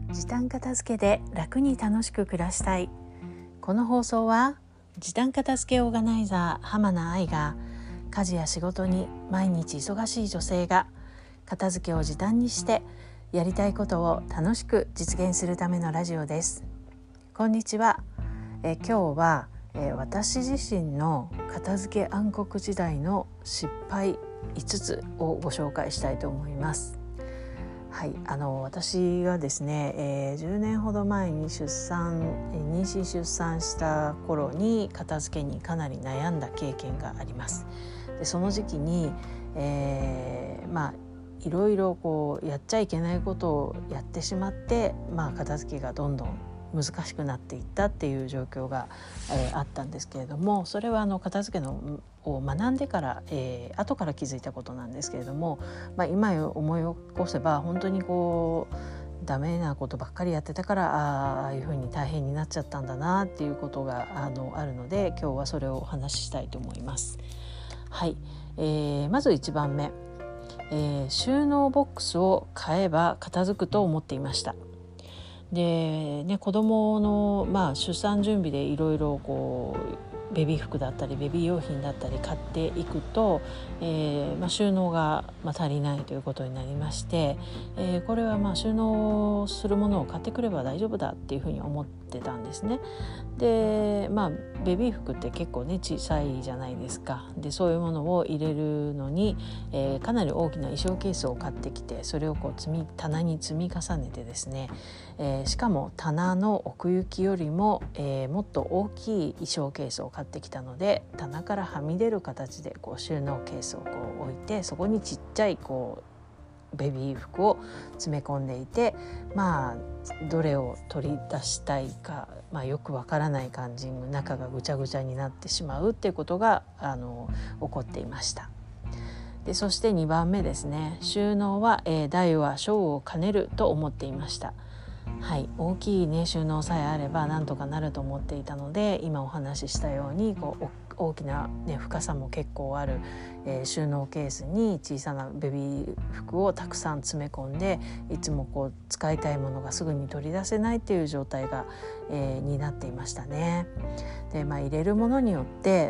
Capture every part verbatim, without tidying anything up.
時短片付けで楽に楽しく暮らしたい。この放送は時短片付けオーガナイザー浜名愛が家事や仕事に毎日忙しい女性が片付けを時短にしてやりたいことを楽しく実現するためのラジオです。こんにちは。え今日はえ私自身の片付け暗黒時代の失敗いつつをご紹介したいと思います。はい、あの私がですね、えー、じゅうねんほど前に出産妊娠出産した頃に片付けにかなり悩んだ経験があります。でその時期に、えー、まあいろいろこうやっちゃいけないことをやってしまって、まあ、片付けがどんどん難しくなっていったっていう状況が、えー、あったんですけれども、それはあの片付けのを学んでから、えー、後から気づいたことなんですけれども、まあ、今思い起こせば本当にこうダメなことばっかりやってたからああいうふうに大変になっちゃったんだなっていうことがあのあるので、今日はそれをお話ししたいと思います。はい、えー、まずいちばんめ、えー、収納ボックスを買えば片付くと思っていました。でね、子供の、まあ、出産準備でいろいろこうベビー服だったりベビー用品だったり買っていくと、えーまあ、収納が、まあ、足りないということになりまして、えー、これはまあ収納するものを買ってくれば大丈夫だっていうふうに思ってたんですね。で、まあ、ベビー服って結構ね小さいじゃないですか。でそういうものを入れるのに、えー、かなり大きな衣装ケースを買ってきて、それをこう積み棚に積み重ねてですね、えー、しかも棚の奥行きよりも、えー、もっと大きい衣装ケースを買ってきたので、棚からはみ出る形でこう収納ケースをこう置いて、そこにちっちゃいこうベビー服を詰め込んでいて、まあどれを取り出したいか、まあ、よくわからない感じに中がぐちゃぐちゃになってしまうっていうことがあの起こっていました。でそしてにばんめですね、収納は、えー、大は小を兼ねると思っていました。はい、大きい、ね、収納さえあればなんとかなると思っていたので、今お話ししたようにこう大きな、ね、深さも結構ある、えー、収納ケースに小さなベビー服をたくさん詰め込んで、いつもこう使いたいものがすぐに取り出せないっていう状態が、えー、になっていましたね。で、まあ、入れるものによって、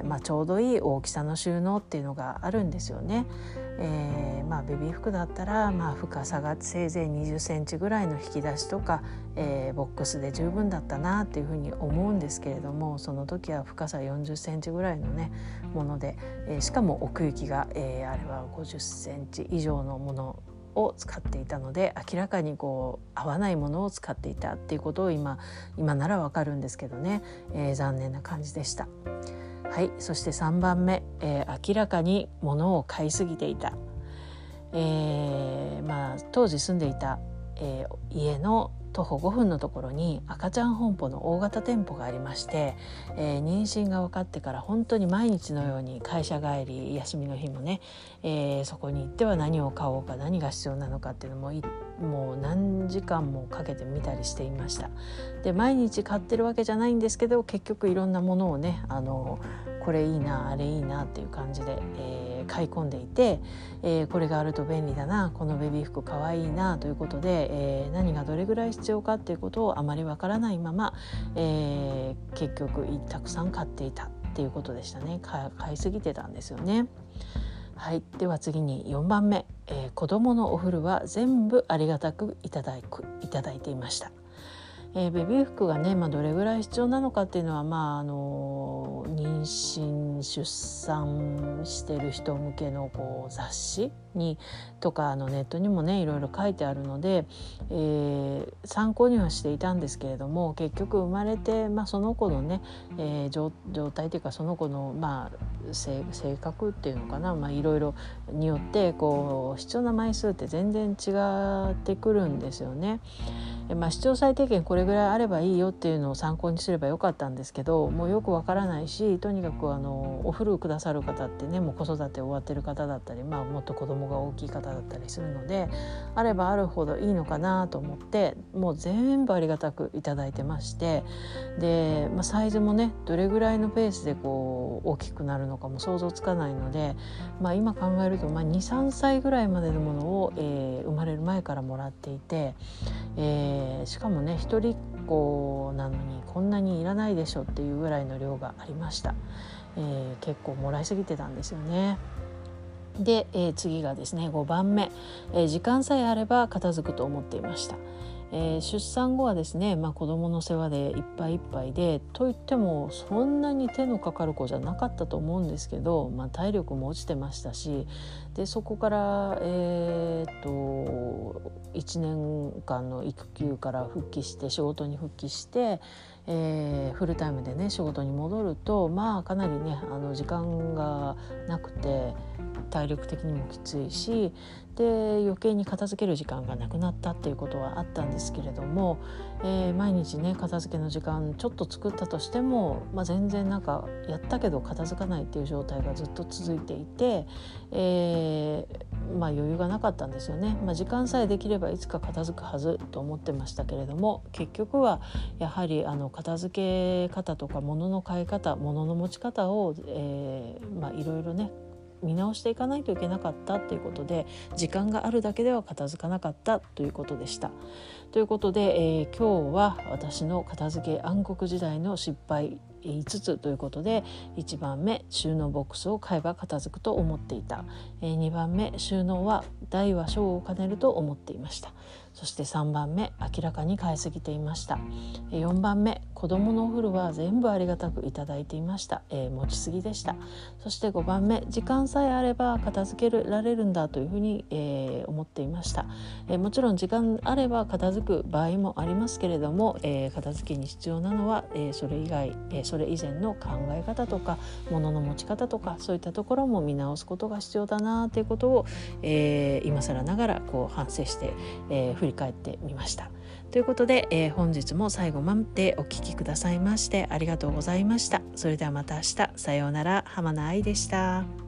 まあ、ちょうどいい大きさの収納っていうのがあるんですよね。えーまあ、ベビー服だったら、まあ、深さがせいぜいにじゅっセンチぐらいの引き出しとか、えー、ボックスで十分だったなっていうふうに思うんですけれども、その時は深さよんじゅっセンチぐらいの、ね、もので、えー、しかも奥行きが、えー、あれはごじゅっセンチ以上のものを使っていたので、明らかにこう合わないものを使っていたっていうことを今今ならわかるんですけどね、えー、残念な感じでした。はい、そしてさんばんめ、えー、明らかに物を買いすぎていた。えーまあ、当時住んでいた、えー、家の徒歩ごふんのところに赤ちゃん本舗の大型店舗がありまして、えー、妊娠が分かってから本当に毎日のように会社帰り休みの日もね、えー、そこに行っては何を買おうか、何が必要なのかっていうのももう何時間もかけて見たりしていました。で毎日買ってるわけじゃないんですけど、結局いろんなものをね、あのこれいいなあれいいなっていう感じで、えー、買い込んでいて、えー、これがあると便利だな、このベビー服かわいいなということで、えー、何がどれぐらい必要かっていうことをあまりわからないまま、えー、結局たくさん買っていたっていうことでしたね。買いすぎてたんですよね。はい、では次によんばんめ、えー、子どものお風呂は全部ありがたくいただくいただいていました。えー、ベビー服がね、まあ、どれぐらい必要なのかっていうのは、まあ、あの妊娠出産してる人向けのこう雑誌にとかあのネットにもねいろいろ書いてあるので、えー、参考にはしていたんですけれども、結局生まれて、まあ、その子のね、えー、状, 状態というかその子の、まあ、性, 性格っていうのかな、まあ、いろいろによってこう必要な枚数って全然違ってくるんですよね。まあ、必要最低限これぐらいあればいいよっていうのを参考にすればよかったんですけど、もうよくわからないし、とにかくあのお風呂くださる方ってね、もう子育て終わってる方だったり、まあ、もっと子供が大きい方だったりするので、あればあるほどいいのかなと思ってもう全部ありがたくいただいてまして、で、まあ、サイズもねどれぐらいのペースでこう大きくなるのかも想像つかないので、まあ、今考えると、まあ、にさんさいぐらいまでのものを、えー、生まれる前からもらっていて、 えー、しかもね一人っ子なのにこんなにいらないでしょっていうぐらいの量がありました。えー、結構もらいすぎてたんですよね。で、えー、次がですねごばんめ、えー、時間さえあれば片付くと思っていました。えー、出産後はですね、まあ、子供の世話でいっぱいいっぱいで、といってもそんなに手のかかる子じゃなかったと思うんですけど、まあ、体力も落ちてましたし、でそこから、えー、っといちねんかんの育休から復帰して仕事に復帰して、えー、フルタイムでね仕事に戻ると、まあかなりねあの時間がなくて体力的にもきついし、で余計に片付ける時間がなくなったっていうことはあったんですけれども、えー、毎日ね片付けの時間ちょっと作ったとしても、まあ、全然なんかやったけど片付かないっていう状態がずっと続いていて、えー、まあ余裕がなかったんですよね。まあ、時間さえできればいつか片付くはずと思ってましたけれども、結局はやはりあの片付け方とか物の買い方、物の持ち方を、えー、まあいろいろね見直していかないといけなかったっていうことで、時間があるだけでは片付かなかったということでした。ということで、えー、今日は私の片付け暗黒時代の失敗いつつということで、いちばんめ収納ボックスを買えば片付くと思っていた、えー、にばんめ収納は大は小を兼ねると思っていました。そしてさんばんめ明らかに買いすぎていました。よんばんめ子どものお風呂は全部ありがたくいただいていました。えー、持ちすぎでした。そしてごばんめ時間さえあれば片付けられるんだというふうに、えー、思っていました。えー、もちろん時間あれば片付く場合もありますけれども、えー、片付けに必要なのは、えー、それ以外、えー、それ以前の考え方とか物の持ち方とかそういったところも見直すことが必要だなということを、えー、今更ながらこう反省して、えー、振り返ってみました。ということで、えー、本日も最後までお聞きくださいましてありがとうございました。それではまた明日、さようなら。浜名愛でした。